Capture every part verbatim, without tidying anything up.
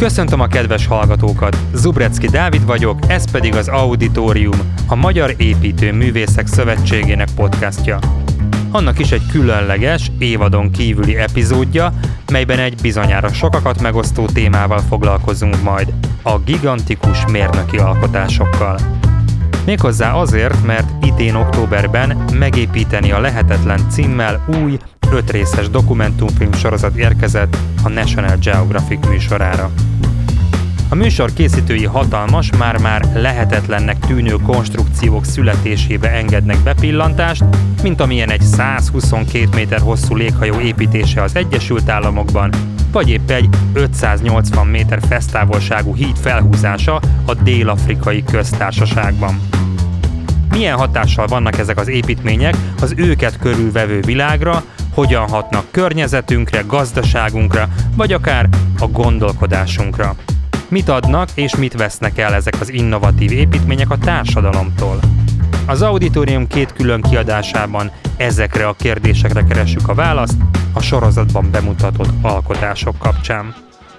Köszöntöm a kedves hallgatókat, Zubrecki Dávid vagyok, ez pedig az Auditorium, a Magyar Építő Művészek Szövetségének podcastja. Annak is egy különleges, évadon kívüli epizódja, melyben egy bizonyára sokakat megosztó témával foglalkozunk majd, a gigantikus mérnöki alkotásokkal. Méghozzá azért, mert idén októberben Megépíteni a lehetetlen címmel új, ötrészes dokumentumfilm sorozat érkezett a National Geographic műsorára. A műsor készítői hatalmas, már-már lehetetlennek tűnő konstrukciók születésébe engednek bepillantást, mint amilyen egy százhuszonkét méter hosszú léghajó építése az Egyesült Államokban, vagy épp egy ötszáznyolcvan méter fesztávolságú híd felhúzása a Dél-Afrikai Köztársaságban. Milyen hatással vannak ezek az építmények az őket körülvevő világra, hogyan hatnak környezetünkre, gazdaságunkra, vagy akár a gondolkodásunkra? Mit adnak és mit vesznek el ezek az innovatív építmények a társadalomtól? Az Auditorium két külön kiadásában ezekre a kérdésekre keressük a választ a sorozatban bemutatott alkotások kapcsán.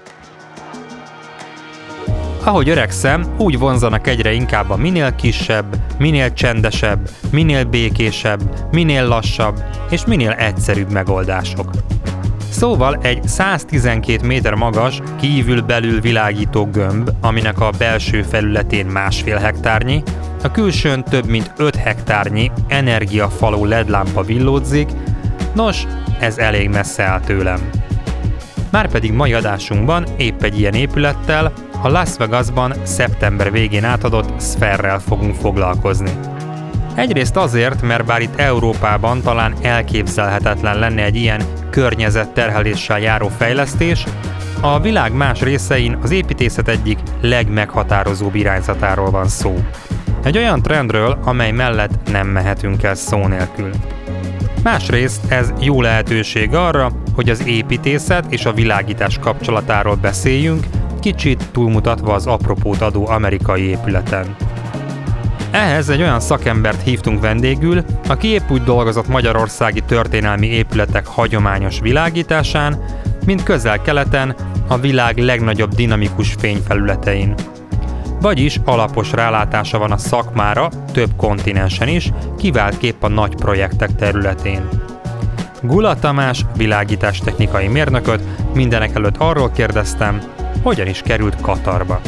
Ahogy öregszem, úgy vonzanak egyre inkább a minél kisebb, minél csendesebb, minél békésebb, minél lassabb és minél egyszerűbb megoldások. Szóval egy száztizenkét méter magas, kívül-belül világító gömb, aminek a belső felületén másfél hektárnyi, a külsőn több mint öt hektárnyi energiafaló el é dé lámpa villódzik, nos, ez elég messze áll tőlem. Márpedig mai adásunkban épp egy ilyen épülettel, a Las Vegasban szeptember végén átadott Sphere-rel fogunk foglalkozni. Egyrészt azért, mert bár itt Európában talán elképzelhetetlen lenne egy ilyen környezetterheléssel járó fejlesztés, a világ más részein az építészet egyik legmeghatározóbb irányzatáról van szó. Egy olyan trendről, amely mellett nem mehetünk el szó nélkül. Másrészt ez jó lehetőség arra, hogy az építészet és a világítás kapcsolatáról beszéljünk, kicsit túlmutatva az apropót adó amerikai épületen. Ehhez egy olyan szakembert hívtunk vendégül, aki épp úgy dolgozott magyarországi történelmi épületek hagyományos világításán, mint közel-keleten a világ legnagyobb dinamikus fényfelületein. Vagyis alapos rálátása van a szakmára több kontinensen is, kiváltképp a nagy projektek területén. Gula Tamás világítástechnikai mérnököt mindenekelőtt arról kérdeztem, hogyan is került Katarba.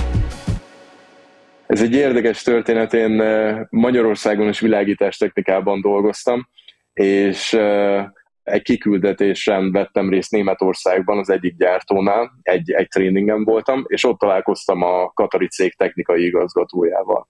Ez egy érdekes történet, én Magyarországon is világítástechnikában dolgoztam, és egy kiküldetésen vettem részt Németországban az egyik gyártónál, egy, egy tréningen voltam, és ott találkoztam a katari cég technikai igazgatójával.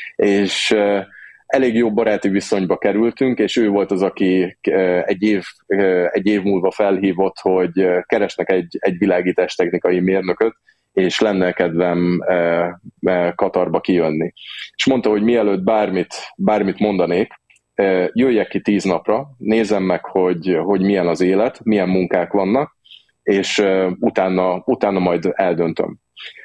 És elég jó baráti viszonyba kerültünk, és ő volt az, aki egy év, egy év múlva felhívott, hogy keresnek egy, egy világítástechnikai mérnököt, és lenne kedvem e, e, Katarba kijönni. És mondta, hogy mielőtt bármit, bármit mondanék, e, jöjjek ki tíz napra, nézem meg, hogy, hogy milyen az élet, milyen munkák vannak, és e, utána, utána majd eldöntöm.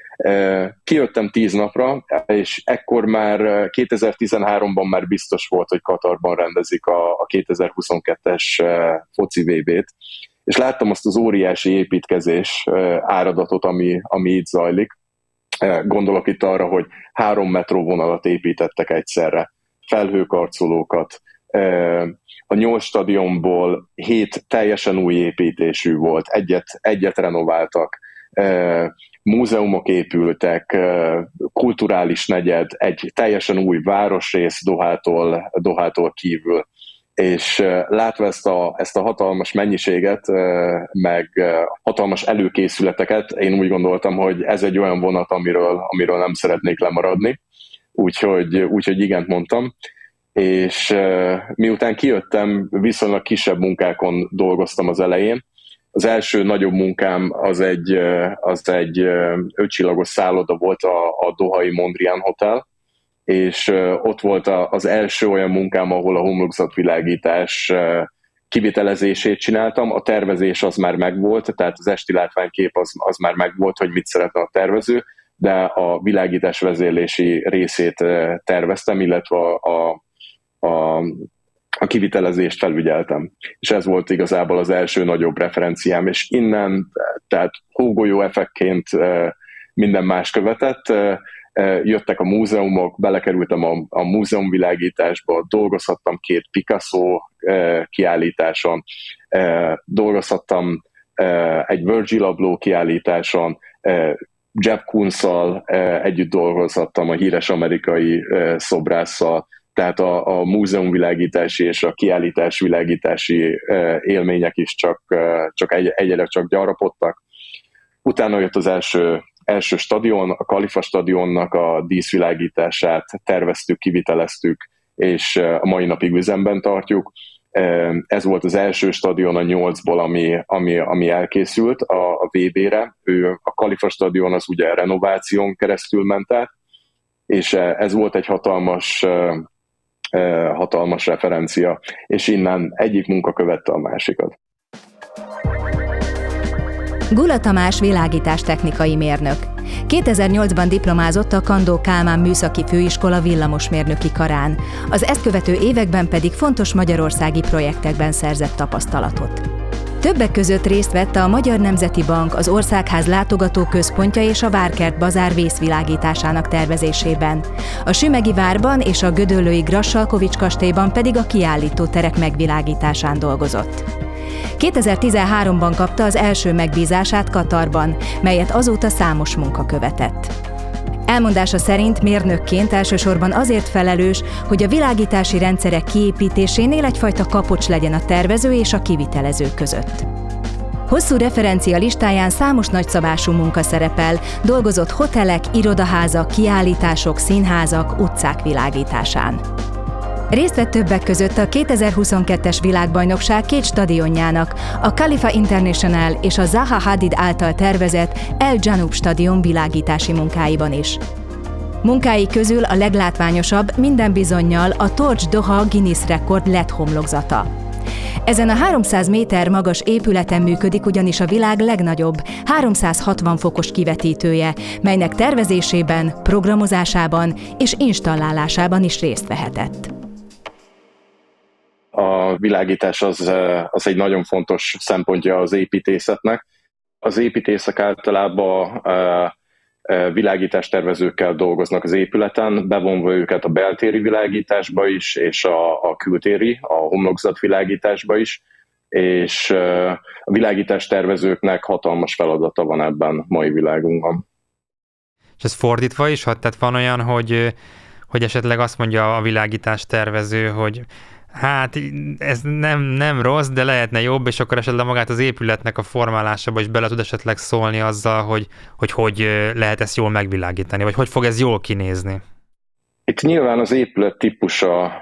E, kijöttem tíz napra, és ekkor már kétezer-tizenháromban már biztos volt, hogy Katarban rendezik a, a kétezer-huszonkettes foci vé bét, és láttam azt az óriási építkezés áradatot, ami, ami itt zajlik. Gondolok itt arra, hogy három metróvonalat építettek egyszerre, felhőkarcolókat. A nyolc stadionból hét teljesen új építésű volt, egyet, egyet renováltak, múzeumok épültek, kulturális negyed, egy teljesen új városrész Dohától, Dohától kívül. És látva ezt a, ezt a hatalmas mennyiséget, meg hatalmas előkészületeket, én úgy gondoltam, hogy ez egy olyan vonat, amiről, amiről nem szeretnék lemaradni, úgyhogy, úgyhogy igent mondtam. És miután kijöttem, viszonylag kisebb munkákon dolgoztam az elején. Az első nagyobb munkám az egy, az egy ötcsillagos szálloda volt a, a Dohai Mondrian Hotel, és ott volt az első olyan munkám, ahol a homlokzatvilágítás kivitelezését csináltam. A tervezés az már megvolt, tehát az esti látványkép az, az már megvolt, hogy mit szeretne a tervező, de a világítás vezérlési részét terveztem, illetve a, a, a, a kivitelezést felügyeltem. És ez volt igazából az első nagyobb referenciám, és innen, tehát hógolyó effektként minden más követett. Jöttek a múzeumok, belekerültem a, a múzeumvilágításba, dolgozhattam két Picasso kiállításon, dolgozhattam egy Virgil Abloh kiállításon, Jeb Koons-szal együtt dolgozhattam, a híres amerikai szobrásszal, tehát a, a múzeumvilágítási és a kiállításvilágítási élmények is csak, csak egy, egyre csak gyarapodtak. Utána jött az első, első stadion, a Khalifa stadionnak a díszvilágítását terveztük, kiviteleztük, és a mai napig üzemben tartjuk. Ez volt az első stadion a nyolcból, ami, ami, ami elkészült a, a vé bé-re. Ő, a Khalifa stadion az ugye renováción keresztül ment át, és ez volt egy hatalmas, hatalmas referencia, és innen egyik munka követte a másikat. Gula Tamás világítástechnikai mérnök. kétezer-nyolcban diplomázott a Kandó Kálmán Műszaki Főiskola villamosmérnöki karán, az ezt követő években pedig fontos magyarországi projektekben szerzett tapasztalatot. Többek között részt vett a Magyar Nemzeti Bank, az Országház látogatóközpontja és a Várkert bazár vészvilágításának tervezésében. A Sümegi várban és a gödöllői Grassalkovics kastélyban pedig a kiállító terek megvilágításán dolgozott. kétezer-tizenháromban kapta az első megbízását Katarban, melyet azóta számos munka követett. Elmondása szerint mérnökként elsősorban azért felelős, hogy a világítási rendszerek kiépítésénél egyfajta kapocs legyen a tervező és a kivitelező között. Hosszú referencia listáján számos nagyszabású munka szerepel, dolgozott hotelek, irodaházak, kiállítások, színházak, utcák világításán. Részt vett többek között a kétezer-huszonkettes világbajnokság két stadionjának, a Khalifa International és a Zaha Hadid által tervezett El Janoub stadion világítási munkáiban is. Munkái közül a leglátványosabb minden bizonnyal a Torch Doha Guinness rekord el é dé homlokzata. Ezen a háromszáz méter magas épületen működik ugyanis a világ legnagyobb, háromszázhatvan fokos kivetítője, melynek tervezésében, programozásában és installálásában is részt vehetett. A világítás az, az egy nagyon fontos szempontja az építészetnek. Az építészek általában világítástervezőkkel dolgoznak az épületen, bevonva őket a beltéri világításba is, és a, a kültéri, a homlokzatvilágításba is, és a világítástervezőknek hatalmas feladata van ebben mai világunkban. És ez fordítva is hat? Tehát van olyan, hogy, hogy esetleg azt mondja a világítástervező, hogy hát ez nem, nem rossz, de lehetne jobb, és akkor esetleg magát az épületnek a formálásába is bele tud esetleg szólni azzal, hogy hogy, hogy lehet ezt jól megvilágítani, vagy hogy fog ez jól kinézni. Itt nyilván az épület típusa,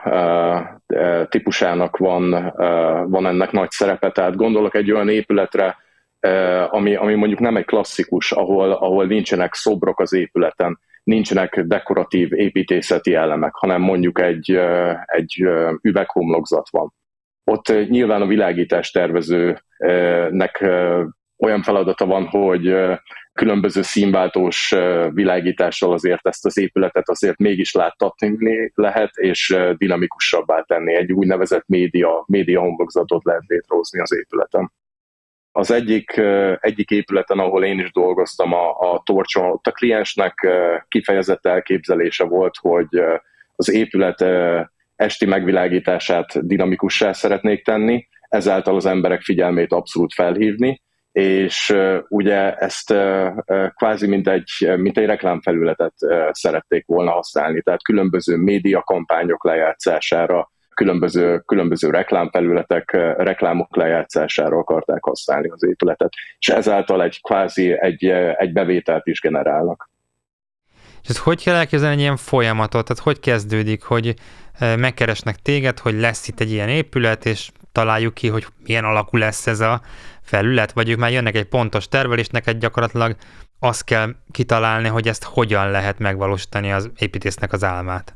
típusának van, van ennek nagy szerepe, tehát gondolok egy olyan épületre, ami, ami mondjuk nem egy klasszikus, ahol, ahol nincsenek szobrok az épületen, nincsenek dekoratív építészeti elemek, hanem mondjuk egy, egy üveghomlokzat van. Ott nyilván a világítástervezőnek olyan feladata van, hogy különböző színváltós világítással azért ezt az épületet azért mégis láttatni lehet, és dinamikusabbá tenni. Egy úgynevezett média, média homlokzatot lehet létrehozni az épületen. Az egyik, egyik épületen, ahol én is dolgoztam, a, a Torcson, ott a kliensnek kifejezett elképzelése volt, hogy az épület esti megvilágítását dinamikussá szeretnék tenni, ezáltal az emberek figyelmét abszolút felhívni, és ugye ezt kvázi mint egy, mint egy reklámfelületet szerették volna használni, tehát különböző médiakampányok lejátszására, Különböző, különböző reklámfelületek, reklámok lejátszására akarták használni az épületet, és ezáltal egy kvázi egy, egy bevételt is generálnak. És ez hogy kell elképzelni egy ilyen folyamatot? Tehát hogy kezdődik, hogy megkeresnek téged, hogy lesz itt egy ilyen épület, és találjuk ki, hogy milyen alakú lesz ez a felület, vagy ők már jönnek egy pontos tervel, és neked gyakorlatilag azt kell kitalálni, hogy ezt hogyan lehet megvalósítani az építésznek az álmát.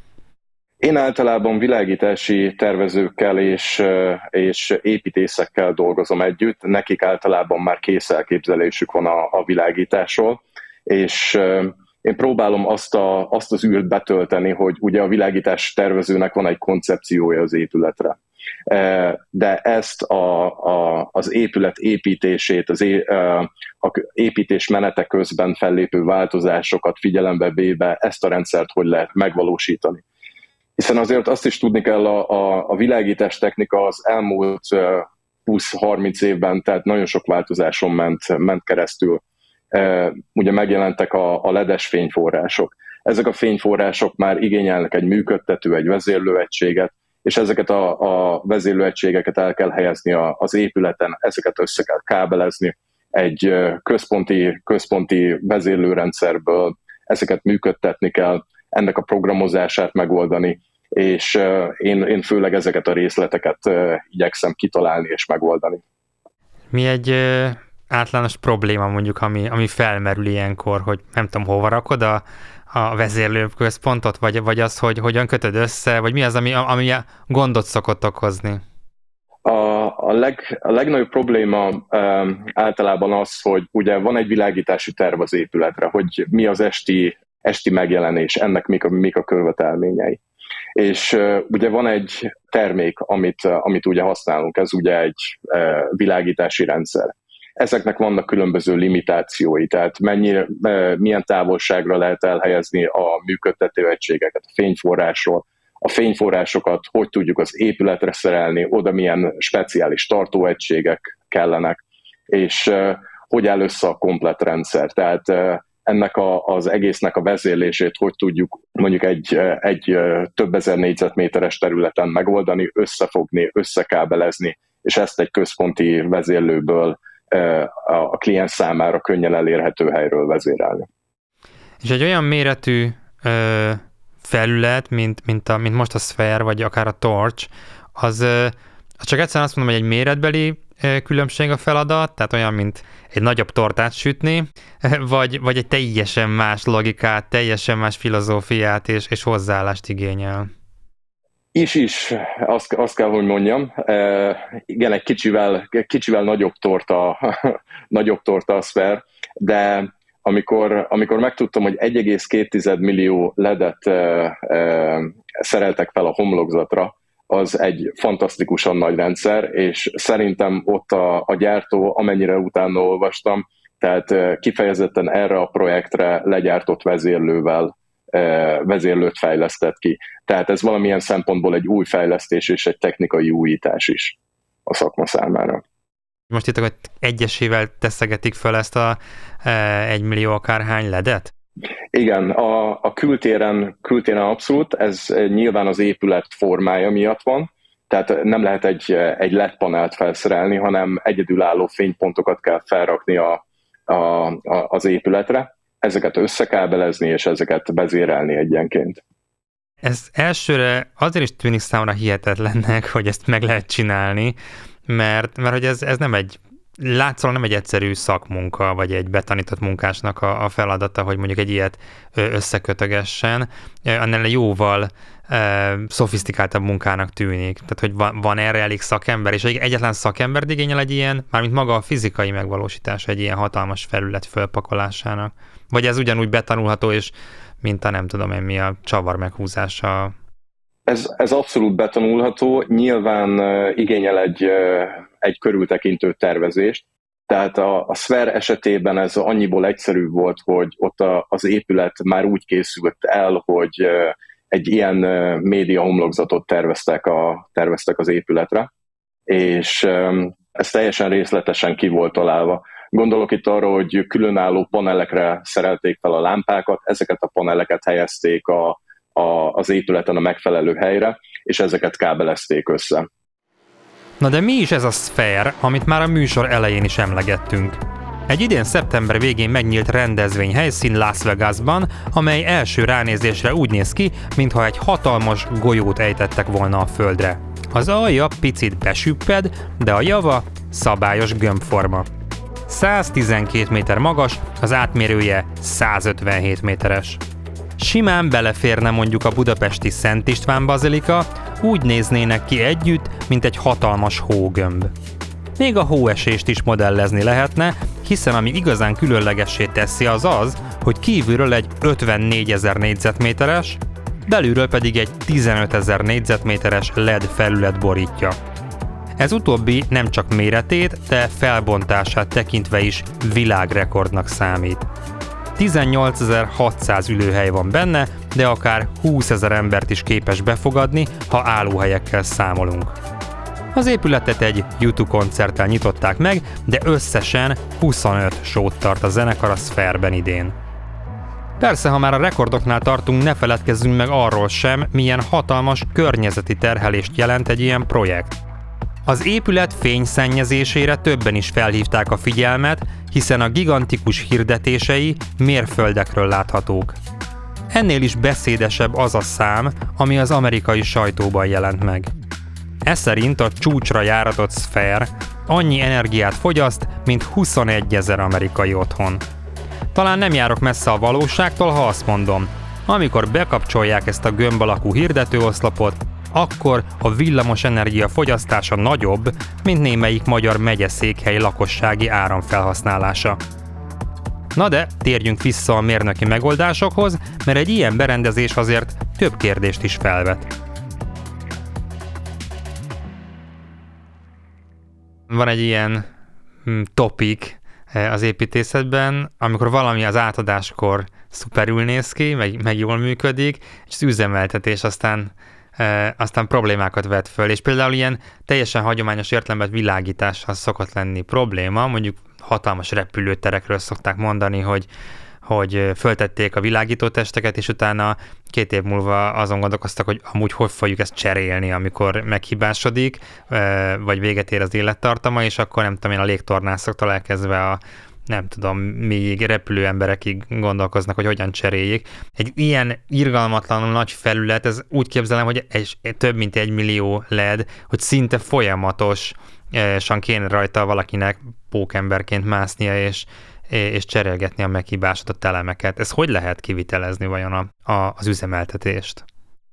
Én általában világítási tervezőkkel és, és építészekkel dolgozom együtt, nekik általában már kész elképzelésük van a, a világításról, és én próbálom azt, a, azt az űrt betölteni, hogy ugye a világítás tervezőnek van egy koncepciója az épületre. De ezt a, a, az épület építését, az é, a építés menete közben fellépő változásokat figyelembe véve ezt a rendszert hogy lehet megvalósítani. Hiszen azért azt is tudni kell, a, a, a világítás technika az elmúlt húsz-harminc évben, tehát nagyon sok változáson ment, ment keresztül. Ugye megjelentek a, a ledes fényforrások. Ezek a fényforrások már igényelnek egy működtető, egy vezérlőegységet, és ezeket a, a vezérlőegységeket el kell helyezni a, az épületen, ezeket össze kell kábelezni egy központi, központi vezérlőrendszerből, ezeket működtetni kell, ennek a programozását megoldani, és én, én főleg ezeket a részleteket igyekszem kitalálni és megoldani. Mi egy ö, általános probléma mondjuk, ami, ami felmerül ilyenkor, hogy nem tudom, hova rakod a, a vezérlőközpontot, vagy, vagy az, hogy hogyan kötöd össze, vagy mi az, ami, ami gondot szokott okozni? A, a, leg, a legnagyobb probléma um, általában az, hogy ugye van egy világítási terv az épületre, hogy mi az esti, esti megjelenés, ennek mik a, mik a követelményei. És uh, ugye van egy termék, amit, uh, amit ugye használunk, ez ugye egy uh, világítási rendszer. Ezeknek vannak különböző limitációi, tehát mennyi, uh, milyen távolságra lehet elhelyezni a működtető egységeket a fényforrásról, a fényforrásokat hogy tudjuk az épületre szerelni, oda milyen speciális tartóegységek kellenek, és uh, hogy áll össze a komplett rendszer. Tehát uh, ennek a, az egésznek a vezérlését hogy tudjuk mondjuk egy, egy több ezer négyzetméteres területen megoldani, összefogni, összekábelezni, és ezt egy központi vezérlőből a kliens számára könnyen elérhető helyről vezérelni. És egy olyan méretű ö, felület, mint, mint, a, mint most a Sphere, vagy akár a Torch, az ö, csak egyszerűen azt mondom, hogy egy méretbeli különbség a feladat, tehát olyan, mint egy nagyobb tortát sütni, vagy, vagy egy teljesen más logikát, teljesen más filozófiát és, és hozzáállást igényel. Is-is, azt, azt kell, hogy mondjam. E, igen, egy kicsivel, kicsivel nagyobb torta, nagyobb torta a Sphere, de amikor, amikor megtudtam, hogy egy egész két millió ledet e, e, szereltek fel a homlokzatra, az egy fantasztikusan nagy rendszer, és szerintem ott a, a gyártó, amennyire utána olvastam, tehát kifejezetten erre a projektre legyártott vezérlővel vezérlőt fejlesztett ki. Tehát ez valamilyen szempontból egy új fejlesztés és egy technikai újítás is a szakma számára. Most itt hogy egyesével teszegetik fel ezt a egymillió akárhány ledet? Igen, a, a kültéren, kültéren abszolút, ez nyilván az épület formája miatt van, tehát nem lehet egy, egy el é dé panelt felszerelni, hanem egyedülálló fénypontokat kell felrakni a, a, a, az épületre, ezeket összekábelezni és ezeket vezérelni egyenként. Ez elsőre azért is tűnik számomra hihetetlennek, hogy ezt meg lehet csinálni, mert, mert hogy ez, ez nem egy látszólag nem egy egyszerű szakmunka, vagy egy betanított munkásnak a, a feladata, hogy mondjuk egy ilyet összekötögessen, annál jóval e, szofisztikáltabb munkának tűnik. Tehát, hogy van, van erre elég szakember, és egyetlen szakember igényel egy ilyen, mármint maga a fizikai megvalósítás egy ilyen hatalmas felület fölpakolásának. Vagy ez ugyanúgy betanulható, és mint a nem tudom én mi a csavar meghúzása. Ez, ez abszolút betanulható, nyilván uh, igényel egy, uh, egy körültekintő tervezést, tehát a, a Sphere esetében ez annyiból egyszerűbb volt, hogy ott a, az épület már úgy készült el, hogy uh, egy ilyen uh, média homlokzatot terveztek, a, terveztek az épületre, és um, ez teljesen részletesen ki volt találva. Gondolok itt arra, hogy különálló panelekre szerelték fel a lámpákat, ezeket a paneleket helyezték a A, az épületen a megfelelő helyre, és ezeket kábelezték össze. Na de mi is ez a Sphere, amit már a műsor elején is emlegettünk? Egy idén szeptember végén megnyílt rendezvény helyszín Las Vegasban, amely első ránézésre úgy néz ki, mintha egy hatalmas golyót ejtettek volna a földre. Az alja picit besüpped, de a java szabályos gömbforma. száztizenkét méter magas, az átmérője százötvenhét méteres. Simán beleférne mondjuk a budapesti Szent István bazilika, úgy néznének ki együtt, mint egy hatalmas hógömb. Még a hóesést is modellezni lehetne, hiszen ami igazán különlegessé teszi az az, hogy kívülről egy ötvennégyezer négyzetméteres, belülről pedig egy tizenötezer négyzetméteres el é dé felület borítja. Ez utóbbi nem csak méretét, de felbontását tekintve is világrekordnak számít. tizennyolcezer-hatszáz ülőhely van benne, de akár húszezer embert is képes befogadni, ha állóhelyekkel számolunk. Az épületet egy U kettő koncerttel nyitották meg, de összesen huszonöt show-t tart a zenekar a Sphere-ben idén. Persze, ha már a rekordoknál tartunk, ne feledkezzünk meg arról sem, milyen hatalmas környezeti terhelést jelent egy ilyen projekt. Az épület fényszennyezésére többen is felhívták a figyelmet, hiszen a gigantikus hirdetései mérföldekről láthatók. Ennél is beszédesebb az a szám, ami az amerikai sajtóban jelent meg. Ez szerint a csúcsra járatott Sphere annyi energiát fogyaszt, mint huszonegyezer amerikai otthon. Talán nem járok messze a valóságtól, ha azt mondom, amikor bekapcsolják ezt a gömb alakú hirdetőoszlopot, akkor a villamos energia fogyasztása nagyobb, mint némelyik magyar megyeszékhely lakossági áramfelhasználása. Na de térjünk vissza a mérnöki megoldásokhoz, mert egy ilyen berendezés azért több kérdést is felvet. Van egy ilyen topik az építészetben, amikor valami az átadáskor szuperül néz ki, meg, meg jól működik, és az üzemeltetés aztán E, aztán problémákat vet föl, és például ilyen teljesen hagyományos értelemben világítással szokott lenni probléma, mondjuk hatalmas repülőterekről szokták mondani, hogy, hogy föltették a világítótesteket, és utána két év múlva azon gondolkoztak, hogy amúgy hogy fogjuk ezt cserélni, amikor meghibásodik, e, vagy véget ér az élettartama, és akkor nem tudom én, a légtornászoktól elkezdve a nem tudom, még repülő emberekig gondolkoznak, hogy hogyan cseréljék. Egy ilyen irgalmatlanul nagy felület, ez úgy képzelem, hogy egy, több mint egy millió el é dé, hogy szinte folyamatosan kéne rajta valakinek pókemberként másznia, és, és cserélgetni a meghibásodott elemeket. Ez hogy lehet kivitelezni vajon a, a, az üzemeltetést?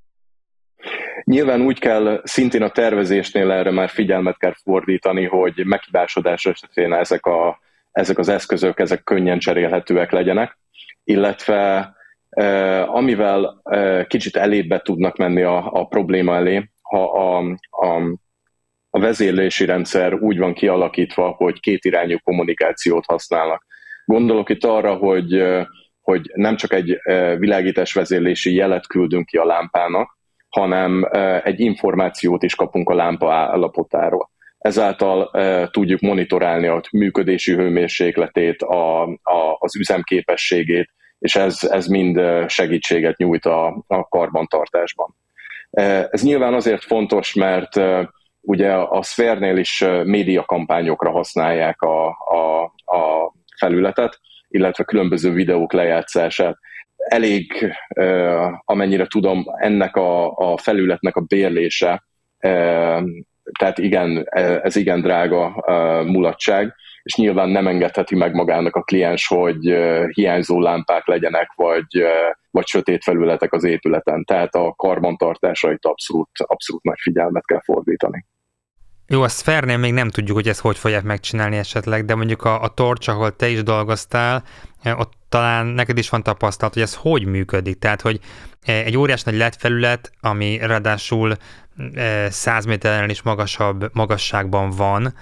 Nyilván úgy kell szintén a tervezésnél erre már figyelmet kell fordítani, hogy meghibásodás esetén ezek a ezek az eszközök, ezek könnyen cserélhetőek legyenek, illetve eh, amivel eh, kicsit elébe tudnak menni a, a probléma elé, ha a, a, a vezérlési rendszer úgy van kialakítva, hogy kétirányú kommunikációt használnak. Gondolok itt arra, hogy, hogy nem csak egy világítás vezérlési jelet küldünk ki a lámpának, hanem egy információt is kapunk a lámpa állapotáról. Ezáltal e, tudjuk monitorálni a működési hőmérsékletét, a, a, az üzemképességét, és ez, ez mind segítséget nyújt a, a karbantartásban. E, ez nyilván azért fontos, mert e, ugye a Sphere-nél is médiakampányokra használják a, a, a felületet, illetve különböző videók lejátszását. Elég, e, amennyire tudom, ennek a, a felületnek a bérlése, e, tehát igen, ez igen drága uh, mulatság, és nyilván nem engedheti meg magának a kliens, hogy uh, hiányzó lámpák legyenek, vagy, uh, vagy sötét felületek az épületen. Tehát a karbantartásra itt abszolút, abszolút nagy figyelmet kell fordítani. Jó, a Sphere-nél még nem tudjuk, hogy ezt hogy fogják megcsinálni esetleg, de mondjuk a, a Torch, ahol te is dolgoztál, ott talán neked is van tapasztalat, hogy ez hogy működik. Tehát, hogy egy óriás nagy el é dé felület, ami ráadásul száz méteren is magasabb magasságban van,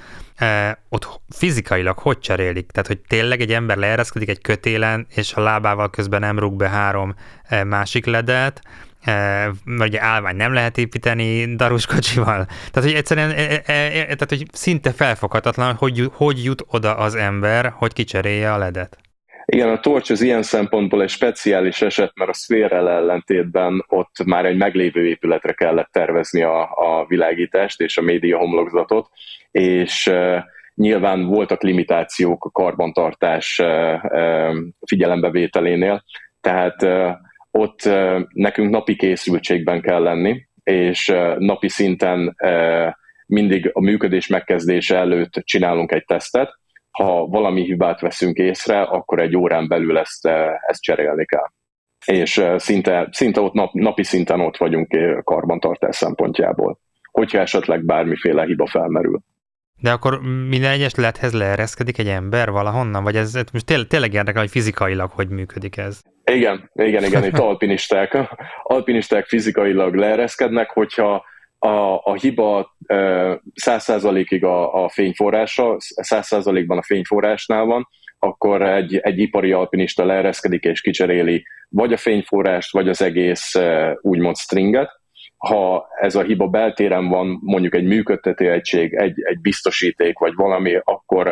ott fizikailag hogy cserélik? Tehát, hogy tényleg egy ember leereszkedik egy kötélen, és a lábával közben nem rúg be három másik ledet, vagy állvány nem lehet építeni daruskocsival. Tehát, hogy egyszerűen tehát, hogy szinte felfoghatatlan, hogy, hogy jut oda az ember, hogy kicserélje a ledet. Igen, a Torch az ilyen szempontból egy speciális eset, mert a Sphere-rel ellentétben ott már egy meglévő épületre kellett tervezni a, a világítást és a média homlokzatot, és uh, nyilván voltak limitációk a karbantartás uh, uh, figyelembevételénél, tehát uh, ott uh, nekünk napi készültségben kell lenni, és uh, napi szinten uh, mindig a működés megkezdése előtt csinálunk egy tesztet. Ha valami hibát veszünk észre, akkor egy órán belül ezt, ezt cserélni kell. És szinte, szinte ott nap, napi szinten ott vagyunk karbantartás szempontjából, hogyha esetleg bármiféle hiba felmerül. De akkor minden egyes ledhez leereszkedik egy ember valahonnan? Vagy ez most tényleg, tényleg érdekel, hogy fizikailag hogy működik ez? Igen, igen, igen, itt alpinisták, alpinisták fizikailag leereszkednek, hogyha a, a hiba száz százalékig a, a fényforrása, száz százalékban a fényforrásnál van, akkor egy, egy ipari alpinista leereszkedik és kicseréli vagy a fényforrást, vagy az egész úgymond stringet. Ha ez a hiba beltéren van, mondjuk egy működtető egység, egy, egy biztosíték, vagy valami, akkor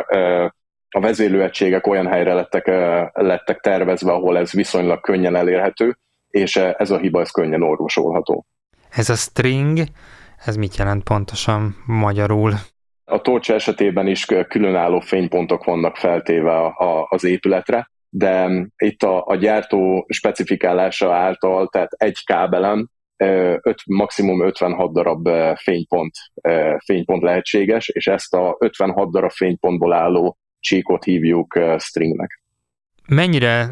a vezérlőegységek olyan helyre lettek, lettek tervezve, ahol ez viszonylag könnyen elérhető, és ez a hiba ez könnyen orvosolható. Ez a string, ez mit jelent pontosan magyarul? A Torch esetében is különálló fénypontok vannak feltéve a, a, az épületre, de itt a, a gyártó specifikálása által, tehát egy kábelen öt, maximum ötvenhat darab fénypont, fénypont lehetséges, és ezt a ötvenhat darab fénypontból álló csíkot hívjuk stringnek. Mennyire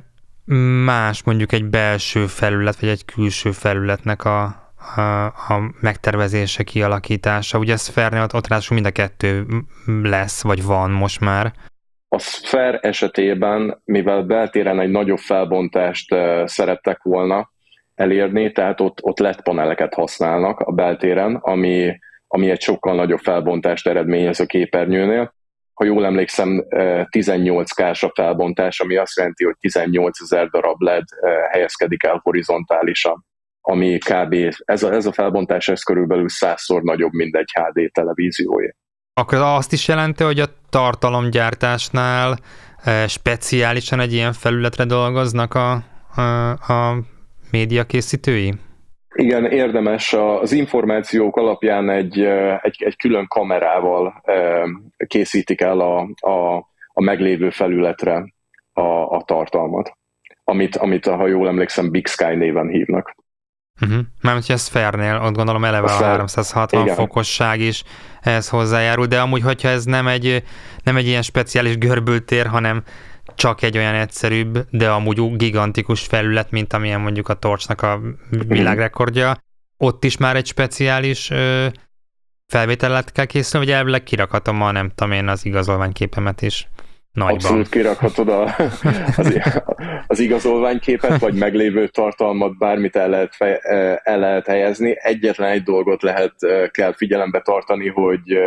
más mondjuk egy belső felület, vagy egy külső felületnek a, a, a megtervezése, kialakítása? Ugye a Sphere-nél ott, ott ráadásul mind a kettő lesz, vagy van most már. A Sphere esetében, mivel beltéren egy nagyobb felbontást szerettek volna elérni, tehát ott, ott led paneleket használnak a beltéren, ami, ami egy sokkal nagyobb felbontást eredményez a képernyőnél. Ha jól emlékszem, tizennyolc ká-s a felbontás, ami azt jelenti, hogy tizennyolcezer darab led helyezkedik el horizontálisan, ami kb. Ez a, ez a felbontás ez körülbelül százszor nagyobb, mint egy há dé televízióé. Akkor azt is jelenti, hogy a tartalomgyártásnál speciálisan egy ilyen felületre dolgoznak a, a, a média készítői? Igen, érdemes. Az információk alapján egy, egy, egy külön kamerával készítik el a, a, a meglévő felületre a, a tartalmat, amit, amit, ha jól emlékszem, Big Sky néven hívnak. Uh-huh. Mármint, hogy a Sphere-nél ott gondolom eleve a, a háromszázhatvan igen. fokosság is ehhez hozzájárul, de amúgy, hogyha ez nem egy, nem egy ilyen speciális görbült tér, hanem csak egy olyan egyszerűbb, de amúgy gigantikus felület, mint amilyen mondjuk a Torchnak a világrekordja, ott is már egy speciális ö, felvételet kell készülni, vagy elvileg kirakhatom ma, nem tudom én, az igazolványképemet is nagyban. Abszolút kirakhatod a, az, az igazolványképet, vagy meglévő tartalmat, bármit el lehet, fej, el lehet helyezni. Egyetlen egy dolgot lehet, kell figyelembe tartani, hogy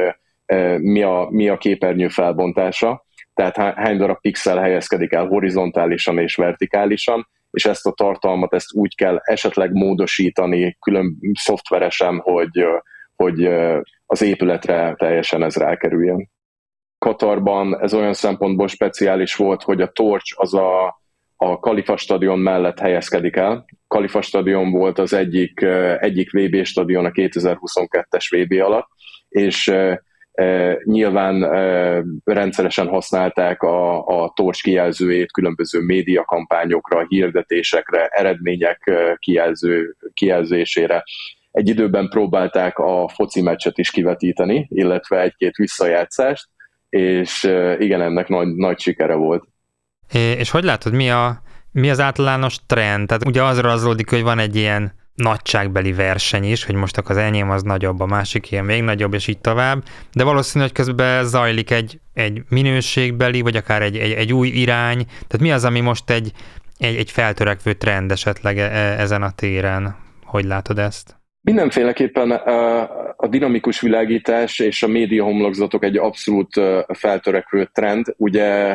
mi a, mi a képernyő felbontása, tehát hány darab pixel helyezkedik el horizontálisan és vertikálisan, és ezt a tartalmat ezt úgy kell esetleg módosítani külön szoftveresen, hogy, hogy az épületre teljesen ez rákerüljön. Katarban ez olyan szempontból speciális volt, hogy a Torch az a, a Khalifa stadion mellett helyezkedik el. Khalifa stadion volt az egyik, egyik vé bé stadion a kétezer-huszonkettes vé bé alatt, és Uh, nyilván uh, rendszeresen használták a, a Torch kijelzőjét különböző médiakampányokra, hirdetésekre, eredmények uh, kijelző, kijelzésére. Egy időben próbálták a foci meccset is kivetíteni, illetve egy-két visszajátszást, és uh, igen, ennek nagy, nagy sikere volt. É, és hogy látod, mi, a, mi az általános trend? Tehát ugye az rajzolódik, hogy van egy ilyen nagyságbeli verseny is, hogy most akkor az enyém az nagyobb, a másik ilyen még nagyobb, és így tovább, de valószínű, hogy közben zajlik egy, egy minőségbeli, vagy akár egy, egy, egy új irány, tehát mi az, ami most egy, egy, egy feltörekvő trend esetleg ezen a téren? Hogy látod ezt? Mindenféleképpen a dinamikus világítás és a média homlokzatok egy abszolút feltörekvő trend, ugye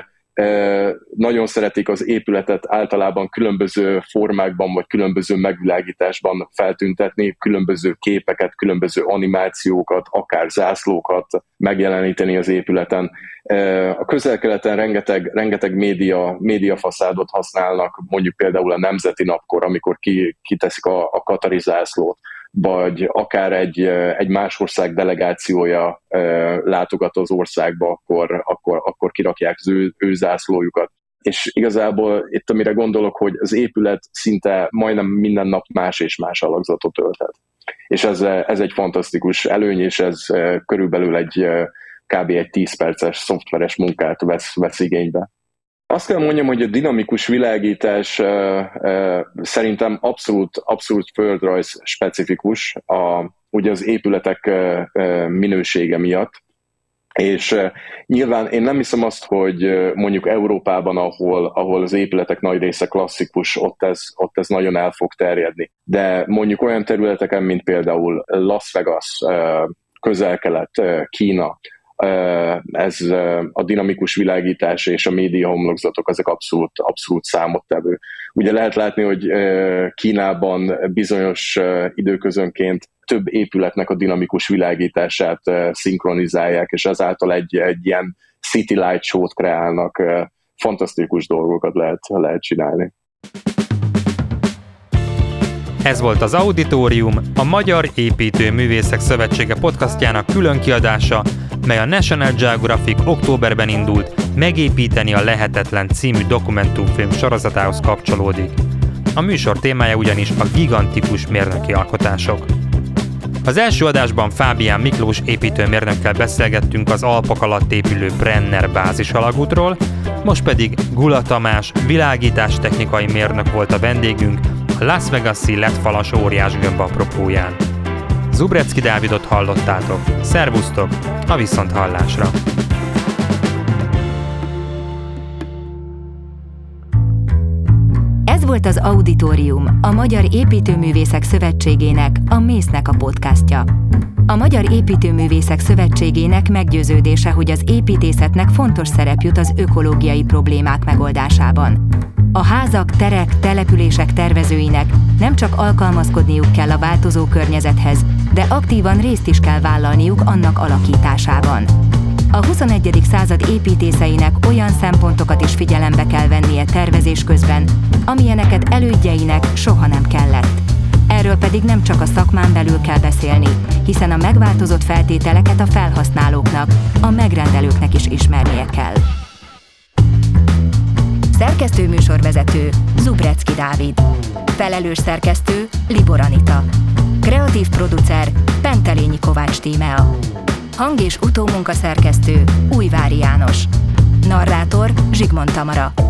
nagyon szeretik az épületet általában különböző formákban vagy különböző megvilágításban feltüntetni, különböző képeket, különböző animációkat, akár zászlókat megjeleníteni az épületen. A Közel-Keleten rengeteg, rengeteg média, médiafaszádot használnak, mondjuk például a Nemzeti Napkor, amikor ki, kiteszik a, a katari zászlót, vagy akár egy, egy más ország delegációja látogat az országba, akkor, akkor, akkor kirakják az ő, ő zászlójukat. És igazából itt amire gondolok, hogy az épület szinte majdnem minden nap más és más alakzatot ölthet. És ez, ez egy fantasztikus előny, és ez körülbelül egy kb. Egy tíz perces szoftveres munkát vesz, vesz igénybe. Azt kell mondjam, hogy a dinamikus világítás uh, uh, szerintem abszolút, abszolút földrajz specifikus, a, ugye az épületek uh, uh, minősége miatt. És uh, nyilván én nem hiszem azt, hogy uh, mondjuk Európában, ahol, ahol az épületek nagy része klasszikus, ott ez, ott ez nagyon el fog terjedni. De mondjuk olyan területeken, mint például Las Vegas, uh, Közel-Kelet, uh, Kína, uh, ez uh, a dinamikus világítás és a média homlokzatok, ezek abszolút, abszolút számottevő. Ugye lehet látni, hogy uh, Kínában bizonyos uh, időközönként több épületnek a dinamikus világítását uh, szinkronizálják, és ezáltal egy, egy ilyen city light show-t kreálnak. Uh, fantasztikus dolgokat lehet, lehet csinálni. Ez volt az Auditorium, a Magyar Építőművészek Szövetsége podcastjának külön kiadása, mely a National Geographic októberben indult Megépíteni a lehetetlen című dokumentumfilm sorozatához kapcsolódik. A műsor témája ugyanis a gigantikus mérnöki alkotások. Az első adásban Fábián Miklós építőmérnökkel beszélgettünk az Alpok alatt épülő Brenner bázisalagútról, most pedig Gula Tamás világítástechnikai mérnök volt a vendégünk a Las Vegas-i lettfalas óriás gömb apropóján. Zubrecki Dávidot hallottátok. Szervusztok, a viszonthallásra! Ez volt az Auditorium, a Magyar Építőművészek Szövetségének, a mésznek a podcastja. A Magyar Építőművészek Szövetségének meggyőződése, hogy az építészetnek fontos szerep jut az ökológiai problémák megoldásában. A házak, terek, települések tervezőinek nem csak alkalmazkodniuk kell a változó környezethez, de aktívan részt is kell vállalniuk annak alakításában. A huszonegyedik század építészeinek olyan szempontokat is figyelembe kell vennie tervezés közben, amilyeneket elődjeinek soha nem kellett. Erről pedig nem csak a szakmán belül kell beszélni, hiszen a megváltozott feltételeket a felhasználóknak, a megrendelőknek is ismernie kell. Szerkesztő műsorvezető Zubrecki Dávid. Felelős szerkesztő Libor Anita. Kreatív producer Pentelényi Kovács Tímea. Hang- és utómunkaszerkesztő Újvári János. Narrátor Zsigmond Tamara.